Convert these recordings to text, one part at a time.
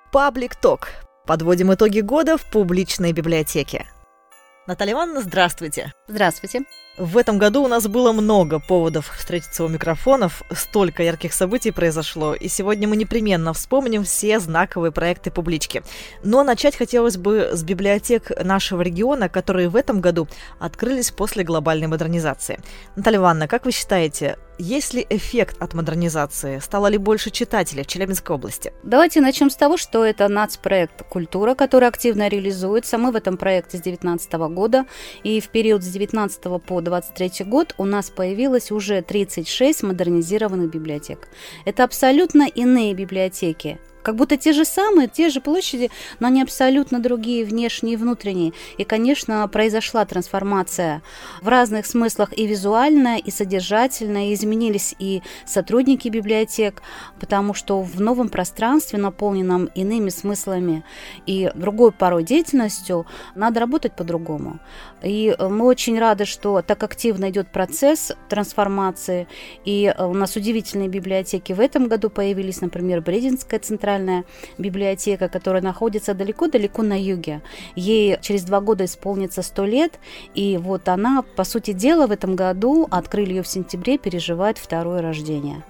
Public Talk. Подводим итоги года в публичной библиотеке. Наталья Ивановна, здравствуйте. Здравствуйте. В этом году у нас было много поводов встретиться у микрофонов, столько ярких событий произошло, и сегодня мы непременно вспомним все знаковые проекты публички. Но начать хотелось бы с библиотек нашего региона, которые в этом году открылись после глобальной модернизации. Наталья Ивановна, как вы считаете, есть ли эффект от модернизации? Стало ли больше читателей в Челябинской области? Давайте начнем с того, что это нацпроект «Культура», который активно реализуется. Мы в этом проекте с 2019 года, и в период с 2019 по 2023 год у нас появилось уже 36 модернизированных библиотек. Это абсолютно иные библиотеки. Как будто те же самые, те же площади, но они абсолютно другие, внешние и внутренние. И, конечно, произошла трансформация в разных смыслах и визуальная, и содержательная, и изменились и сотрудники библиотек, потому что в новом пространстве, наполненном иными смыслами и другой порой деятельностью, надо работать по-другому. И мы очень рады, что так активно идет процесс трансформации, и у нас удивительные библиотеки в этом году появились, например, Брединская центральная библиотека, которая находится далеко-далеко на юге. Ей через 2 года исполнится 100 лет, и вот она, по сути дела, в этом году, открыли ее в сентябре, переживает 2-е рождение.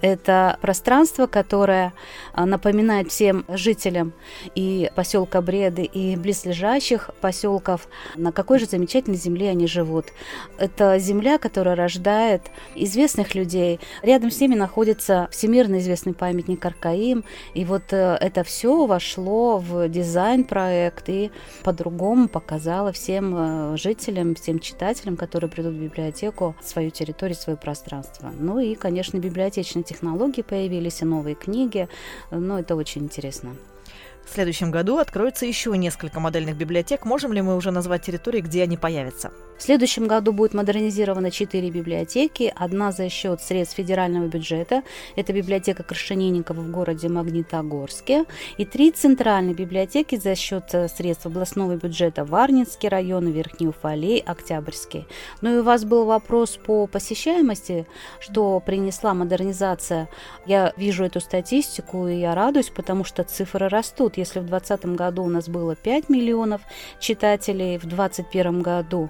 Это пространство, которое напоминает всем жителям и поселка Бреды, и близлежащих поселков, на какой же замечательной земле они живут. Это земля, которая рождает известных людей. Рядом с ними находится всемирно известный памятник Аркаим, и вот это все вошло в дизайн-проект и по-другому показало всем жителям, всем читателям, которые придут в библиотеку, свою территорию, свое пространство. Ну и, конечно, библиотечные технологии появились, и новые книги, но это очень интересно. В следующем году откроется еще несколько модельных библиотек. Можем ли мы уже назвать территории, где они появятся? В следующем году будет модернизировано 4 библиотеки. Одна за счет средств федерального бюджета. Это библиотека Крашенинникова в городе Магнитогорске. И 3 центральные библиотеки за счет средств областного бюджета: Варнинский район, Верхний Уфалей, Октябрьский. Ну и у вас был вопрос по посещаемости, что принесла модернизация. Я вижу эту статистику, и я радуюсь, потому что цифры растут. Если в 2020 году у нас было 5 миллионов читателей, в 2021 году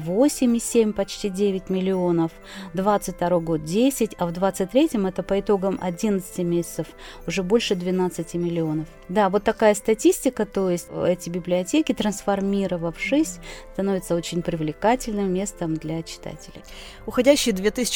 8,7, почти 9 миллионов, 2022 год 10, а в 2023 это по итогам 11 месяцев уже больше 12 миллионов. Да, вот такая статистика, то есть эти библиотеки, трансформировавшись, становятся очень привлекательным местом для читателей. Уходящий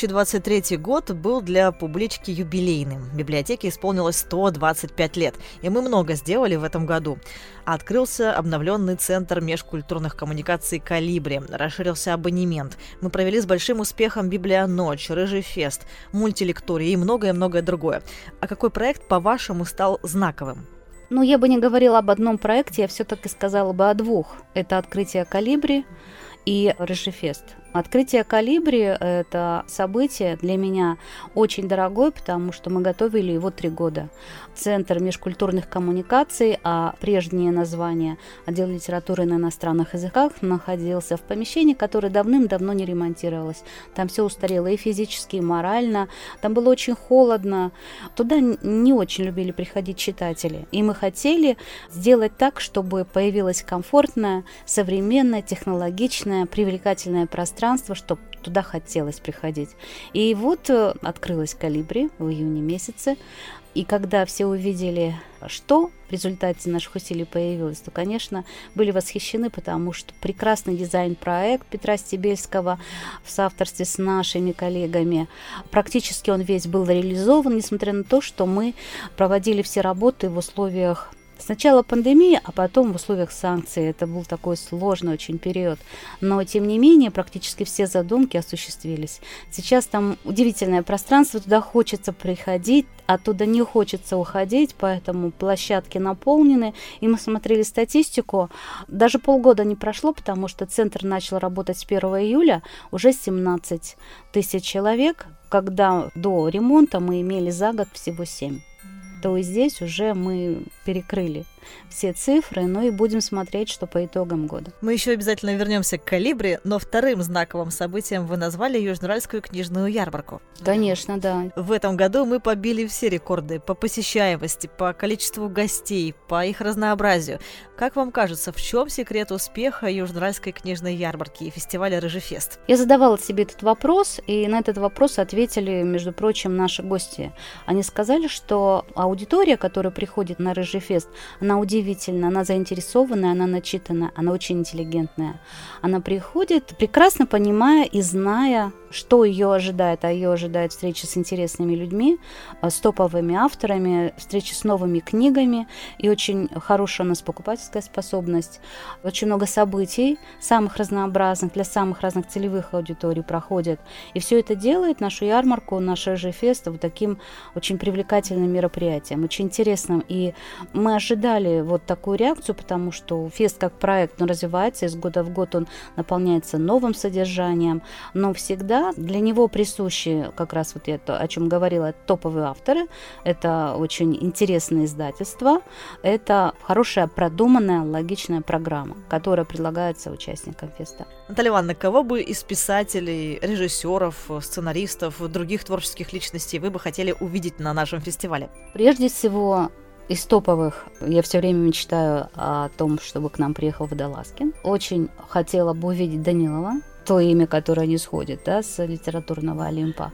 2023 год был для публички юбилейным. Библиотеке исполнилось 125 лет, и мы много сделали в этом году. Открылся обновленный центр межкультурных коммуникаций «Колибри», расширился абонемент. Мы провели с большим успехом «Библионочь», «Рыжий фест», мультилектории и многое-многое другое. А какой проект, по-вашему, стал знаковым? Ну, я бы не говорила об одном проекте, я все-таки сказала бы о 2. Это открытие «Колибри» и «Рыжий фест». Открытие «Колибри» – это событие для меня очень дорогое, потому что мы готовили его 3 года. Центр межкультурных коммуникаций, а прежнее название отдел литературы на иностранных языках, находился в помещении, которое давным-давно не ремонтировалось. Там все устарело и физически, и морально. Там было очень холодно. Туда не очень любили приходить читатели. И мы хотели сделать так, чтобы появилось комфортное, современное, технологичное, привлекательное пространство, чтобы туда хотелось приходить. И вот открылась «Колибри» в июне месяце. И когда все увидели, что в результате наших усилий появилось, то, конечно, были восхищены, потому что прекрасный дизайн-проект Петра Стебельского в соавторстве с нашими коллегами, практически он весь был реализован, несмотря на то, что мы проводили все работы в условиях сначала пандемии, а потом в условиях санкций. Это был такой сложный очень период. Но, тем не менее, практически все задумки осуществились. Сейчас там удивительное пространство, туда хочется приходить, оттуда не хочется уходить, поэтому площадки наполнены. И мы смотрели статистику. Даже полгода не прошло, потому что центр начал работать с 1 июля, уже 17 тысяч человек, когда до ремонта мы имели за год всего 7. То есть здесь уже мы перекрыли все цифры, ну и будем смотреть, что по итогам года. Мы еще обязательно вернемся к «Колибри», но вторым знаковым событием вы назвали Южноуральскую книжную ярмарку. Конечно, да. В этом году мы побили все рекорды по посещаемости, по количеству гостей, по их разнообразию. Как вам кажется, в чем секрет успеха Южноуральской книжной ярмарки и фестиваля «Рыжефест»? Я задавала себе этот вопрос, и на этот вопрос ответили, между прочим, наши гости. Они сказали, что аудитория, которая приходит на Рыжефест, она удивительна, она заинтересованная, она начитанная, она очень интеллигентная. Она приходит, прекрасно понимая и зная, что ее ожидает, а ее ожидает встреча с интересными людьми, с топовыми авторами, встреча с новыми книгами, и очень хорошая у нас покупательская способность. Очень много событий, самых разнообразных, для самых разных целевых аудиторий проходит. И все это делает нашу ярмарку, наш Рыжефест вот таким очень привлекательным мероприятием, очень интересным. И мы ожидали вот такую реакцию, потому что фест как проект, он развивается, из года в год он наполняется новым содержанием, но всегда для него присущи, как раз вот я о чем говорила, топовые авторы, это очень интересные издательства, это хорошая, продуманная, логичная программа, которая предлагается участникам феста. Наталья Ивановна, кого бы из писателей, режиссеров, сценаристов, других творческих личностей вы бы хотели увидеть на нашем фестивале? Прежде всего, из топовых я все время мечтаю о том, чтобы к нам приехал Водолазкин. Очень хотела бы увидеть Данилова, то имя, которое не сходит, да, с литературного Олимпа.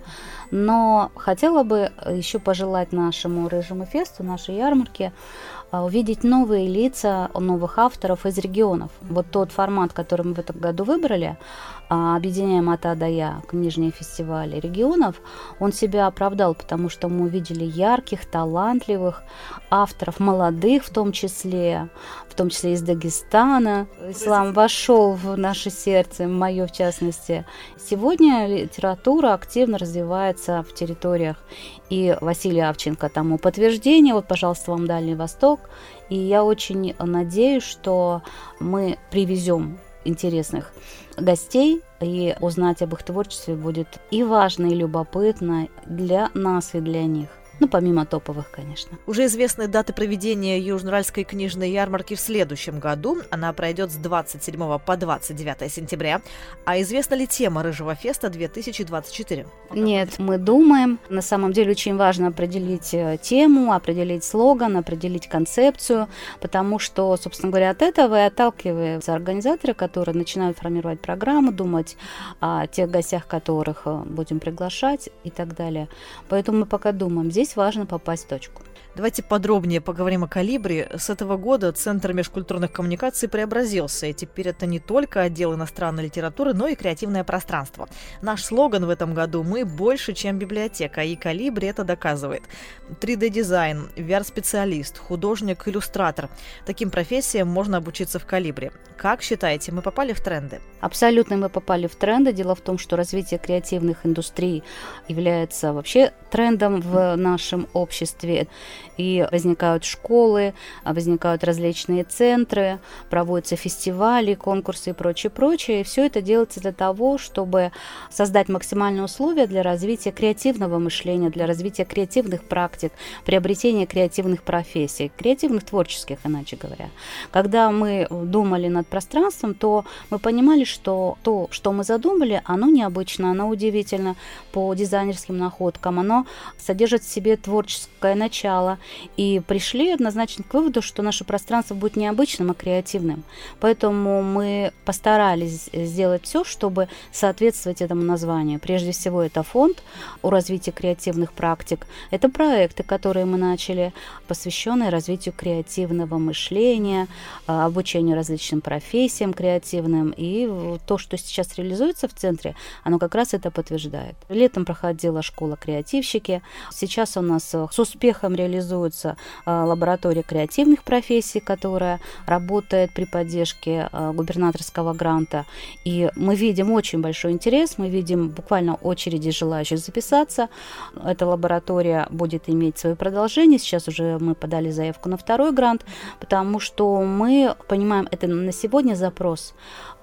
Но хотела бы еще пожелать нашему Рыжему фесту, нашей ярмарке, увидеть новые лица новых авторов из регионов. Вот тот формат, который мы в этом году выбрали, объединяем от А до Я книжные фестивали регионов, он себя оправдал, потому что мы увидели ярких, талантливых авторов, молодых в том числе из Дагестана. Ислам вошел в наше сердце, в мое в частности. Сегодня литература активно развивается в территориях. И Василий Авченко тому подтверждение. Вот, пожалуйста, вам Дальний Восток. И я очень надеюсь, что мы привезем интересных гостей, и узнать об их творчестве будет и важно, и любопытно для нас, и для них. Ну, помимо топовых, конечно. Уже известны даты проведения Южноуральской книжной ярмарки в следующем году. Она пройдет с 27 по 29 сентября. А известна ли тема Рыжего феста 2024? Нет, мы думаем. На самом деле очень важно определить тему, определить слоган, определить концепцию, потому что, собственно говоря, от этого и отталкиваются организаторы, которые начинают формировать программу, думать о тех гостях, которых будем приглашать и так далее. Поэтому мы пока думаем. Здесь важно попасть в точку. Давайте подробнее поговорим о «Колибри». С этого года Центр межкультурных коммуникаций преобразился, и теперь это не только отдел иностранной литературы, но и креативное пространство. Наш слоган в этом году «Мы больше, чем библиотека», и «Колибри» это доказывает. 3D-дизайн, VR-специалист, художник, иллюстратор. Таким профессиям можно обучиться в «Колибри». Как считаете, мы попали в тренды? Абсолютно мы попали в тренды. Дело в том, что развитие креативных индустрий является вообще трендом в нашем обществе. И возникают школы, возникают различные центры, проводятся фестивали, конкурсы и прочее, прочее. И все это делается для того, чтобы создать максимальные условия для развития креативного мышления, для развития креативных практик, приобретения креативных профессий, креативных творческих, иначе говоря. Когда мы думали над пространством, то мы понимали, что то, что мы задумали, оно необычно, оно удивительно по дизайнерским находкам, оно содержит в себе творческое начало. И пришли однозначно к выводу, что наше пространство будет необычным, а креативным. Поэтому мы постарались сделать все, чтобы соответствовать этому названию. Прежде всего, это фонд о развитии креативных практик. Это проекты, которые мы начали, посвященные развитию креативного мышления, обучению различным профессиям креативным. И то, что сейчас реализуется в центре, оно как раз это подтверждает. Летом проходила школа креативщики. Сейчас у нас с успехом реализуется лаборатория креативных профессий, которая работает при поддержке губернаторского гранта. И мы видим очень большой интерес, мы видим буквально очереди желающих записаться. Эта лаборатория будет иметь свое продолжение. Сейчас уже мы подали заявку на второй грант, потому что мы понимаем, это на сегодня запрос.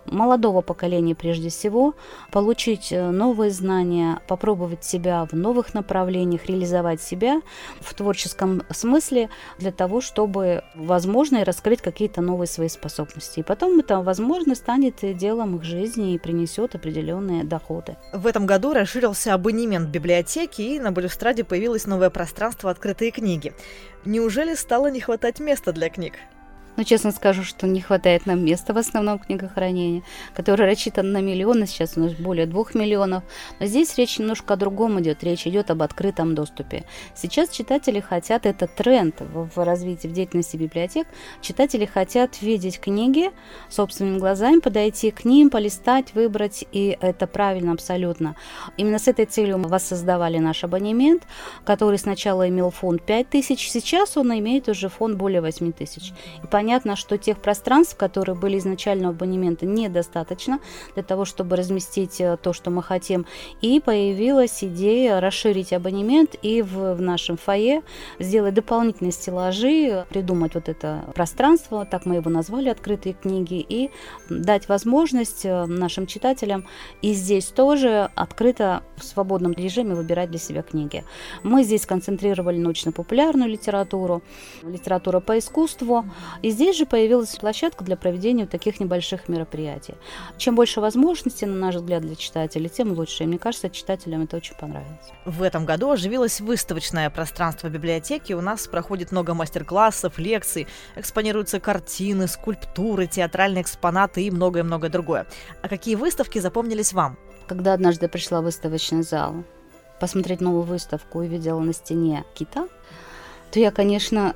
молодого поколения прежде всего, получить новые знания, попробовать себя в новых направлениях, реализовать себя в творческом смысле для того, чтобы, возможно, и раскрыть какие-то новые свои способности. И потом это, возможно, станет делом их жизни и принесет определенные доходы. В этом году расширился абонемент библиотеки, и на Балюстраде появилось новое пространство «Открытые книги». Неужели стало не хватать места для книг? Но честно скажу, что не хватает нам места в основном книгохранении, которое рассчитано на миллионы, сейчас у нас более 2 миллионов. Но здесь речь немножко о другом идет, речь идет об открытом доступе. Сейчас читатели хотят, это тренд в развитии, в деятельности библиотек, читатели хотят видеть книги собственными глазами, подойти к ним, полистать, выбрать, и это правильно абсолютно. Именно с этой целью мы воссоздавали наш абонемент, который сначала имел фонд 5000, сейчас он имеет уже фонд более 8000. И понятно, что тех пространств, которые были изначально у абонемента, недостаточно для того, чтобы разместить то, что мы хотим. И появилась идея расширить абонемент и в нашем фойе сделать дополнительные стеллажи, придумать вот это пространство, так мы его назвали, «Открытые книги», и дать возможность нашим читателям и здесь тоже открыто в свободном режиме выбирать для себя книги. Мы здесь концентрировали научно-популярную литературу, литературу по искусству, и здесь же появилась площадка для проведения таких небольших мероприятий. Чем больше возможностей, на наш взгляд, для читателей, тем лучше. И мне кажется, читателям это очень понравится. В этом году оживилось выставочное пространство библиотеки. У нас проходит много мастер-классов, лекций, экспонируются картины, скульптуры, театральные экспонаты и многое-многое другое. А какие выставки запомнились вам? Когда однажды пришла в выставочный зал посмотреть новую выставку и видела на стене кита, то я, конечно,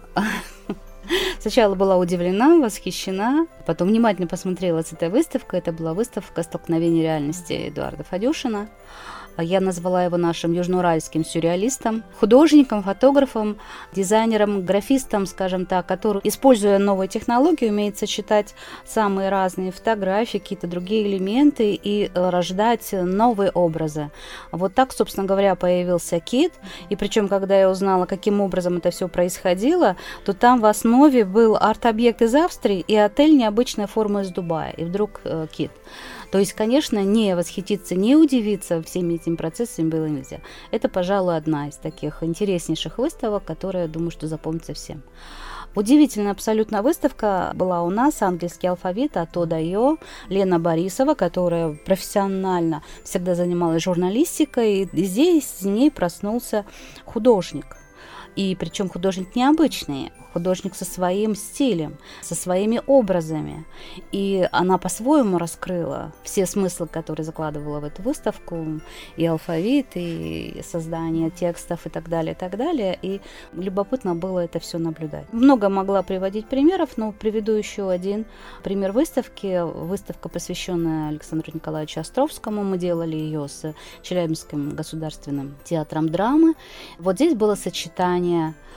сначала была удивлена, восхищена, потом внимательно посмотрела с этой выставкой. Это была выставка «Столкновение реальности» Эдуарда Фадюшина. Я назвала его нашим южноуральским сюрреалистом, художником, фотографом, дизайнером, графистом, скажем так, который, используя новые технологии, умеет сочетать самые разные фотографии, какие-то другие элементы и рождать новые образы. Вот так, собственно говоря, появился кит. И причем, когда я узнала, каким образом это все происходило, то там в основе был арт-объект из Австрии и отель необычной формы из Дубая. И вдруг кит. То есть, конечно, не восхититься, не удивиться всеми этими процессами было нельзя. Это, пожалуй, одна из таких интереснейших выставок, которая, думаю, что запомнится всем. Удивительная абсолютно выставка была у нас, английский алфавит от О до Ё, Лена Борисова, которая профессионально всегда занималась журналистикой, и здесь с ней проснулся художник. И причем художник необычный, художник со своим стилем, со своими образами. И она по-своему раскрыла все смыслы, которые закладывала в эту выставку, и алфавит, и создание текстов, и так далее, и так далее. И любопытно было это все наблюдать. Много могла приводить примеров, но приведу еще один пример выставки. Выставка, посвященная Александру Николаевичу Островскому. Мы делали ее с Челябинским государственным театром драмы. Вот здесь было сочетание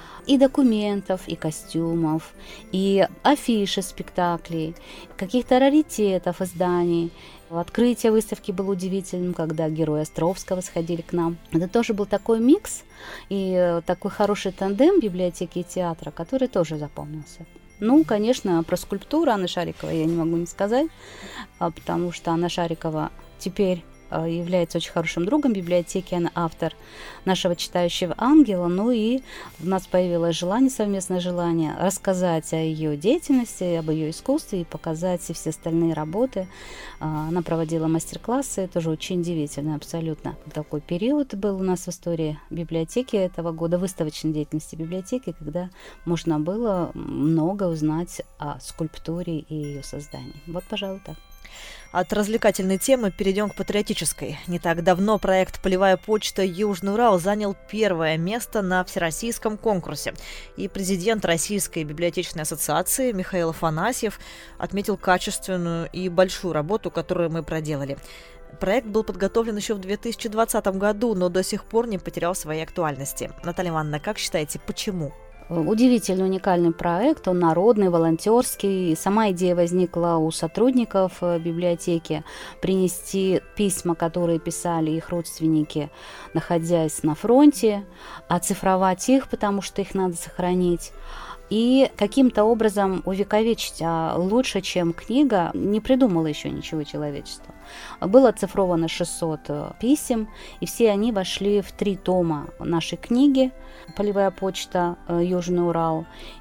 и документов, и костюмов, и афиши спектаклей, каких-то раритетов изданий. Открытие выставки было удивительным, когда герои Островского сходили к нам. Это тоже был такой микс и такой хороший тандем библиотеки и театра, который тоже запомнился. Ну, конечно, про скульптуру Анны Шариковой я не могу не сказать, потому что Анна Шарикова теперь является очень хорошим другом библиотеки, она автор нашего читающего ангела, ну и у нас появилось желание, совместное желание рассказать о ее деятельности, об ее искусстве и показать все остальные работы. Она проводила мастер-классы, тоже очень удивительно, абсолютно. Такой период был у нас в истории библиотеки этого года, выставочной деятельности библиотеки, когда можно было много узнать о скульптуре и ее создании. Вот, пожалуй, так. От развлекательной темы перейдем к патриотической. Не так давно проект «Полевая почта. Южный Урал» занял первое место на всероссийском конкурсе. И президент Российской библиотечной ассоциации Михаил Афанасьев отметил качественную и большую работу, которую мы проделали. Проект был подготовлен еще в 2020 году, но до сих пор не потерял своей актуальности. Наталья Ивановна, как считаете, почему? Удивительный, уникальный проект, он народный, волонтерский. Сама идея возникла у сотрудников библиотеки принести письма, которые писали их родственники, находясь на фронте, оцифровать их, потому что их надо сохранить, и каким-то образом увековечить, а лучше, чем книга, не придумало еще ничего человечество. Было оцифровано 600 писем, и все они вошли в 3 тома нашей книги «Полевая почта. Южный Урал».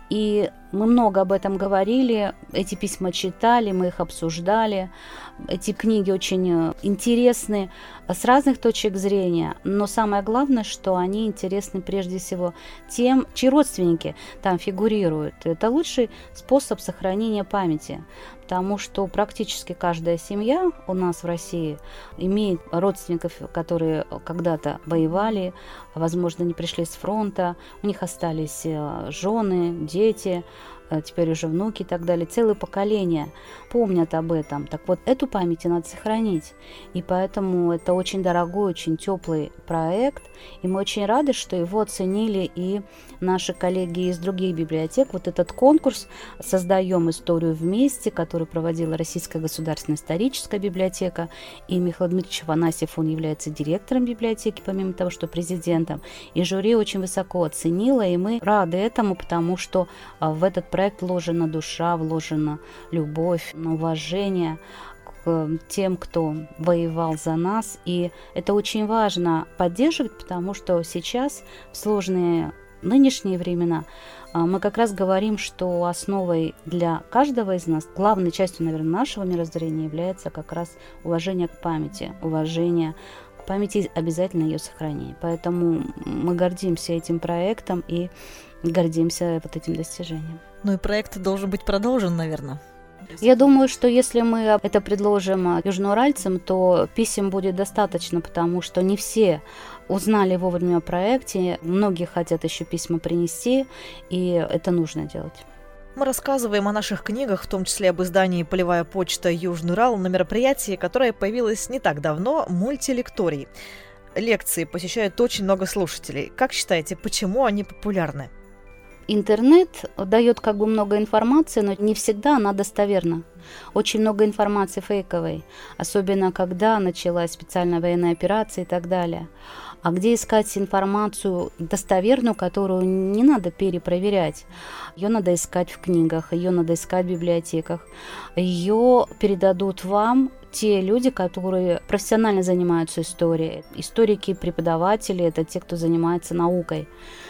И мы много об этом говорили, эти письма читали, мы их обсуждали. Эти книги очень интересны с разных точек зрения, но самое главное, что они интересны прежде всего тем, чьи родственники там фигурируют. Это лучший способ сохранения памяти, потому что практически каждая семья у нас в России имеет родственников, которые когда-то воевали, возможно, не пришли с фронта, у них остались жены, дети, теперь уже внуки и так далее. Целые поколения помнят об этом. Так вот, эту память и надо сохранить. И поэтому это очень дорогой, очень теплый проект. И мы очень рады, что его оценили и наши коллеги из других библиотек. Вот этот конкурс «Создаем историю вместе», который проводила Российская государственная историческая библиотека. И Михаил Дмитриевич Афанасьев, он является директором библиотеки, помимо того, что президентом. И жюри очень высоко оценило, и мы рады этому, потому что в этот проект вложена душа, вложена любовь, уважение к тем, кто воевал за нас. И это очень важно поддерживать, потому что сейчас, в сложные нынешние времена, мы как раз говорим, что основой для каждого из нас, главной частью, наверное, нашего мирозрения является как раз уважение к памяти, уважение к памяти, обязательно ее сохранение. Поэтому мы гордимся этим проектом и гордимся вот этим достижением. Ну и проект должен быть продолжен, наверное. Я думаю, что если мы это предложим южноуральцам, то писем будет достаточно, потому что не все узнали вовремя о проекте, многие хотят еще письма принести, и это нужно делать. Мы рассказываем о наших книгах, в том числе об издании «Полевая почта. Южный Урал» на мероприятии, которое появилось не так давно, «Мультилекторий». Лекции посещают очень много слушателей. Как считаете, почему они популярны? Интернет дает как бы много информации, но не всегда она достоверна. Очень много информации фейковой, особенно когда началась специальная военная операция и так далее. А где искать информацию достоверную, которую не надо перепроверять? Ее надо искать в книгах, ее надо искать в библиотеках. Ее передадут вам те люди, которые профессионально занимаются историей. Историки, преподаватели – это те, кто занимается наукой.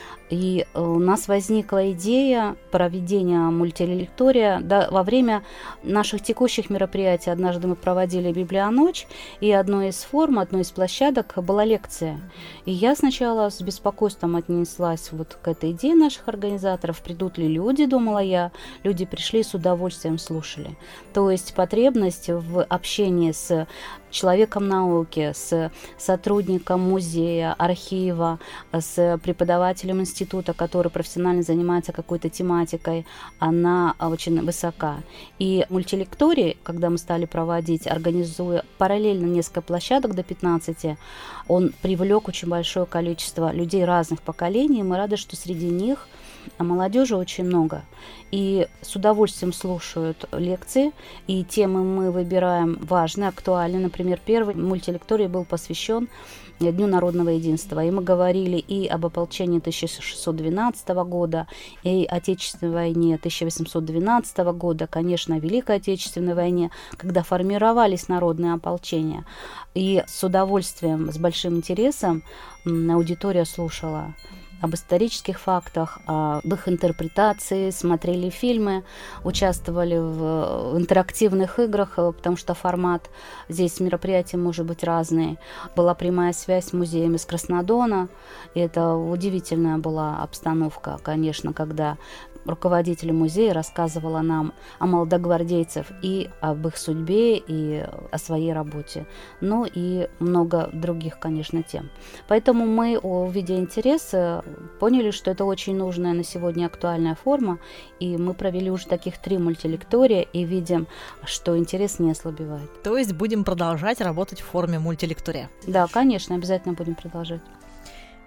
И у нас возникла идея проведения мультилектория. Да, во время наших текущих мероприятий однажды мы проводили библионочь, и одной из форм, одной из площадок была лекция. И я сначала с беспокойством отнеслась вот к этой идее наших организаторов. Придут ли люди, думала я. Люди пришли, с удовольствием слушали. То есть потребность в общении с человеком науки, с сотрудником музея, архива, с преподавателем института, который профессионально занимается какой-то тематикой, она очень высока. И мультилекторий, когда мы стали проводить, организуя параллельно несколько площадок до 15, он привлек очень большое количество людей разных поколений. Мы рады, что среди них молодежи очень много. И с удовольствием слушают лекции, и темы мы выбираем важные, актуальные. Например, первый мультилекторий был посвящен Дню народного единства. И мы говорили и об ополчении 1612 года, и Отечественной войне 1812 года, конечно, о Великой Отечественной войне, когда формировались народные ополчения. И с удовольствием, с большим интересом аудитория слушала об исторических фактах, об их интерпретации, смотрели фильмы, участвовали в интерактивных играх, потому что формат здесь мероприятий может быть разный. Была прямая связь с музеем из Краснодона, и это удивительная была обстановка, конечно, когда руководитель музея рассказывала нам о молодогвардейцах и об их судьбе, и о своей работе. Ну и много других, конечно, тем. Поэтому мы, увидя интерес, поняли, что это очень нужная на сегодня актуальная форма, и мы провели уже таких 3 мультилектория, и видим, что интерес не ослабевает. То есть будем продолжать работать в форме мультилектория? Да, конечно, обязательно будем продолжать.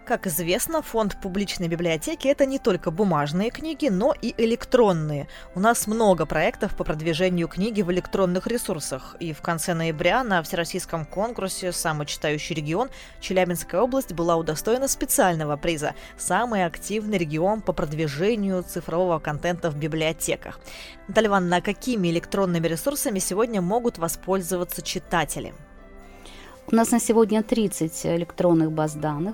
Как известно, фонд публичной библиотеки – это не только бумажные книги, но и электронные. У нас много проектов по продвижению книги в электронных ресурсах. И в конце ноября на всероссийском конкурсе «Самый читающий регион» Челябинская область была удостоена специального приза «Самый активный регион по продвижению цифрового контента в библиотеках». Наталья Ивановна, какими электронными ресурсами сегодня могут воспользоваться читатели? У нас на сегодня 30 электронных баз данных.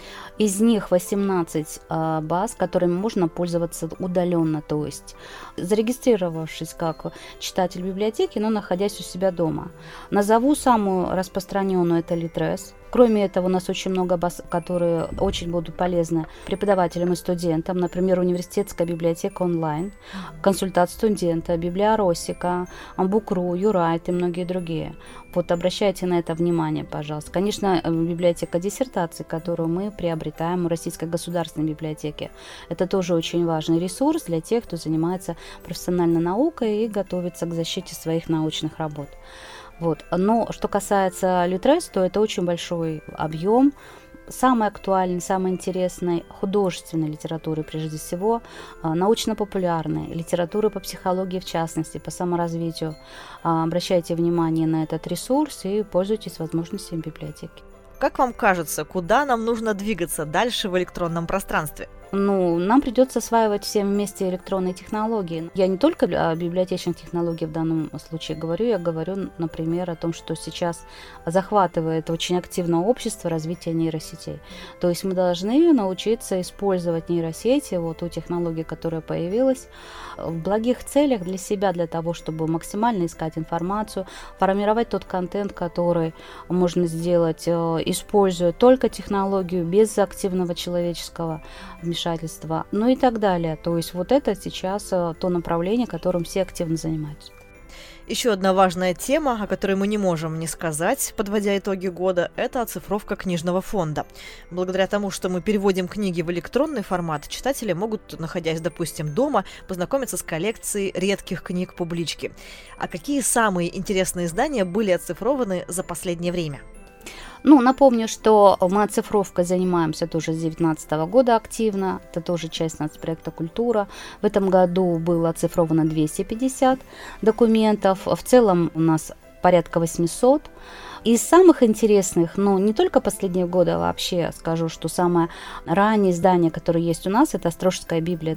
Из них 18 баз, которыми можно пользоваться удаленно, то есть зарегистрировавшись как читатель библиотеки, но находясь у себя дома. Назову самую распространенную – это Литрес. Кроме этого, у нас очень много баз, которые очень будут полезны преподавателям и студентам. Например, университетская библиотека онлайн, консультат студента, библиоросика, Букру, Юрайт и многие другие. Вот обращайте на это внимание, пожалуйста. Конечно, библиотека диссертаций, которую мы приобретаем у Российской государственной библиотеки. Это тоже очень важный ресурс для тех, кто занимается профессиональной наукой и готовится к защите своих научных работ. Вот. Но что касается Литрес, то это очень большой объем самой актуальной, самой интересной художественной литературы, прежде всего, научно-популярной, литературы по психологии в частности, по саморазвитию. Обращайте внимание на этот ресурс и пользуйтесь возможностями библиотеки. Как вам кажется, куда нам нужно двигаться дальше в электронном пространстве? Нам придется осваивать всем вместе электронные технологии. Я не только о библиотечных технологиях в данном случае говорю, я говорю, например, о том, что сейчас захватывает очень активно общество развитие нейросетей. То есть мы должны научиться использовать нейросети, вот ту технологию, которая появилась, в благих целях для себя, для того, чтобы максимально искать информацию, формировать тот контент, который можно сделать, используя только технологию, без активного человеческого вмешательства, ну и так далее. То есть вот это сейчас то направление, которым все активно занимаются. Еще одна важная тема, о которой мы не можем не сказать, подводя итоги года, это оцифровка книжного фонда. Благодаря тому, что мы переводим книги в электронный формат, читатели могут, находясь, допустим, дома, познакомиться с коллекцией редких книг публички. А какие самые интересные издания были оцифрованы за последнее время? Напомню, что мы оцифровкой занимаемся тоже с 2019 года активно. Это тоже часть нацпроекта «Культура». В этом году было оцифровано 250 документов. В целом у нас порядка 800. Из самых интересных, не только последние годы, а вообще скажу, что самое раннее издание, которое есть у нас, это «Острожская Библия»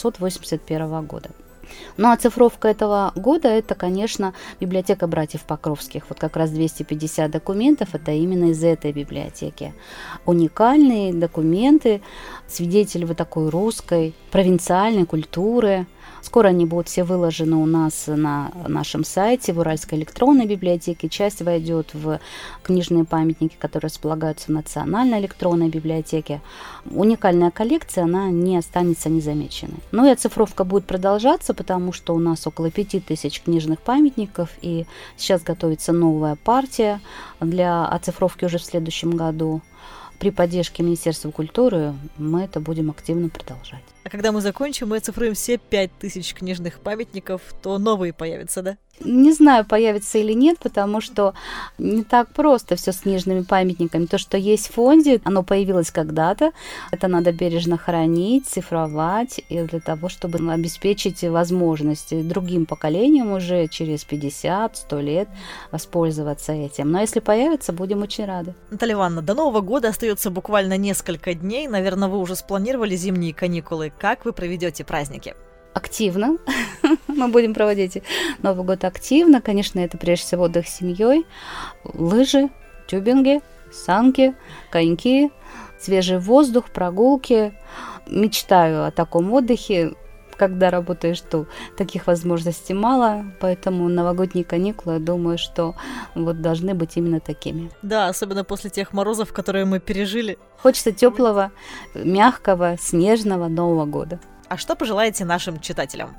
1581 года. Ну, оцифровка этого года – это, конечно, библиотека братьев Покровских. Вот как раз 250 документов – это именно из этой библиотеки. Уникальные документы, свидетели вот такой русской, провинциальной культуры. Скоро они будут все выложены у нас на нашем сайте в Уральской электронной библиотеке. Часть войдет в книжные памятники, которые располагаются в Национальной электронной библиотеке. Уникальная коллекция, она не останется незамеченной. Ну и оцифровка будет продолжаться, потому что у нас около 5000 книжных памятников, и сейчас готовится новая партия для оцифровки уже в следующем году. При поддержке Министерства культуры мы это будем активно продолжать. А когда мы закончим, мы оцифруем все 5000 книжных памятников, то новые появятся, да? Не знаю, появится или нет, потому что не так просто все с книжными памятниками. То, что есть в фонде, оно появилось когда-то. Это надо бережно хранить, цифровать, и для того, чтобы обеспечить возможности другим поколениям уже через 50-100 лет воспользоваться этим. Но если появится, будем очень рады. Наталья Ивановна, до Нового года остается буквально несколько дней. Наверное, вы уже спланировали зимние каникулы. Как вы проведете праздники? Активно. Мы будем проводить Новый год активно. Конечно, это прежде всего отдых с семьей. Лыжи, тюбинги, санки, коньки, свежий воздух, прогулки. Мечтаю о таком отдыхе. Когда работаешь, то таких возможностей мало, поэтому новогодние каникулы, я думаю, что должны быть именно такими. Да, особенно после тех морозов, которые мы пережили. Хочется теплого, мягкого, снежного Нового года. А что пожелаете нашим читателям?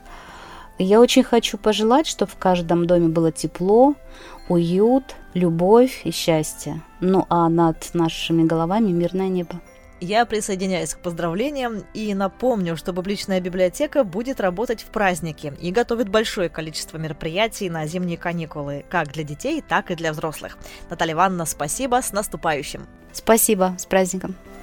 Я очень хочу пожелать, чтобы в каждом доме было тепло, уют, любовь и счастье. А над нашими головами мирное небо. Я присоединяюсь к поздравлениям и напомню, что публичная библиотека будет работать в праздники и готовит большое количество мероприятий на зимние каникулы, как для детей, так и для взрослых. Наталья Ивановна, спасибо, с наступающим! Спасибо, с праздником!